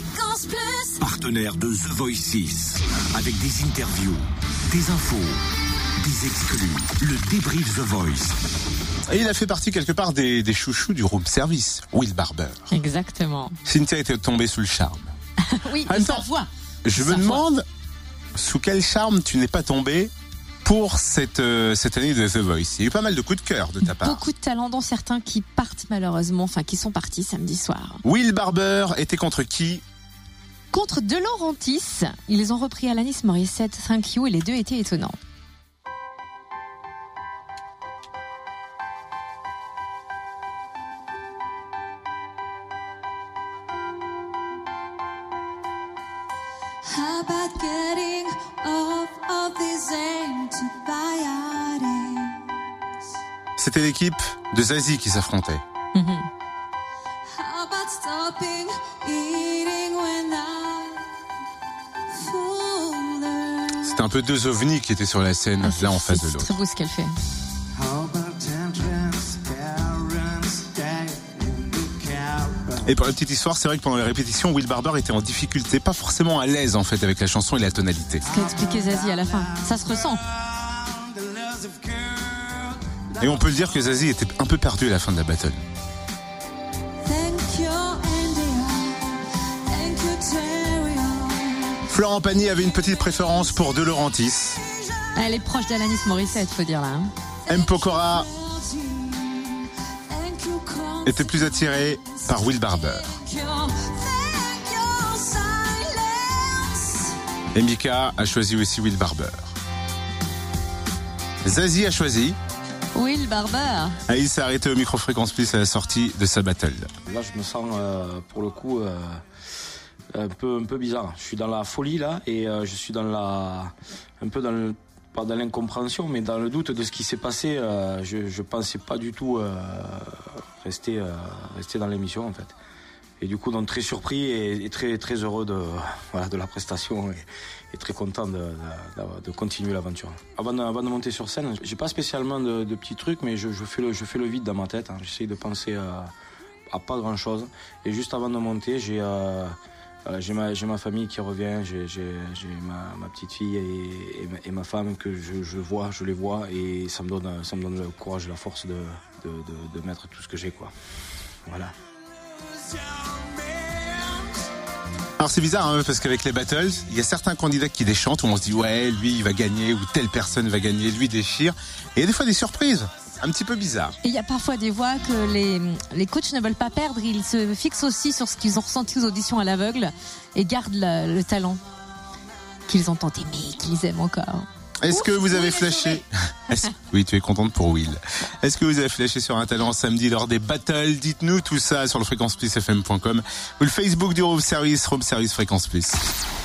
Fréquence Plus. Partenaire de The Voice 6. Avec des interviews, des infos, des exclus. Le débrief The Voice. Et il a fait partie quelque part des chouchous du room service, Will Barber. Exactement. Cynthia était tombée sous le charme. Oui, En même sa temps, voix. Je me demande sous quel charme tu n'es pas tombé pour cette année de The Voice. Il y a eu pas mal de coups de cœur de ta part. Beaucoup de talents, dont certains qui partent malheureusement, qui sont partis samedi soir. Will Barber était contre qui? Contre De Laurentiis, ils les ont repris Alanis Morissette, Thank You, et les deux étaient étonnants. How about getting off of these antibiotics? C'était l'équipe de Zazie qui s'affrontait. How about stopping eating when I'm fuller? C'était un peu deux ovnis qui étaient sur la scène, l'un en face de C'est l'autre. très beau ce qu'elle fait. Et pour la petite histoire, c'est vrai que pendant les répétitions, Will Barber était en difficulté, pas forcément à l'aise en fait avec la chanson et la tonalité. Ce qu'a expliqué Zazie à la fin, ça se ressent. Et on peut le dire que Zazie était un peu perdu à la fin de la battle. Thank you, India. Thank you, Terry. Florent Pagny avait une petite préférence pour De Laurentiis. Elle est proche d'Alanis Morissette, faut dire là. M. Pokora était plus attiré par Will Barber. Et Mika a choisi aussi Will Barber. Zazie a choisi. Will Barber. Et il s'est arrêté au micro Fréquence Plus à la sortie de sa battle. Là, je me sens, pour le coup, un peu bizarre. Je suis dans la folie là, et je suis dans pas dans l'incompréhension, mais dans le doute de ce qui s'est passé. Je pensais pas du tout rester dans l'émission en fait. Et du coup, donc très surpris et très très heureux de la prestation et très content de continuer l'aventure. Avant de monter sur scène, j'ai pas spécialement de petits trucs, mais je fais le vide dans ma tête. Hein. J'essaye de penser à pas grand chose. Et juste avant de monter, j'ai ma famille qui revient, j'ai ma petite fille et ma femme que je les vois, et ça me donne le courage et la force de mettre tout ce que j'ai, quoi. Voilà. Alors c'est bizarre hein, parce qu'avec les battles, il y a certains candidats qui déchantent où on se dit ouais, lui il va gagner ou telle personne va gagner, lui déchire. Et il y a des fois des surprises, un petit peu bizarres. Et il y a parfois des voix que les coachs ne veulent pas perdre. Ils se fixent aussi sur ce qu'ils ont ressenti aux auditions à l'aveugle et gardent le talent qu'ils ont tant aimé, qu'ils aiment encore. Est-ce que vous avez flashé? Oui, tu es contente pour Will. Est-ce que vous avez flashé sur un talent samedi lors des battles? Dites-nous tout ça sur le fréquenceplusfm.com ou le Facebook du Room Service Fréquence Plus.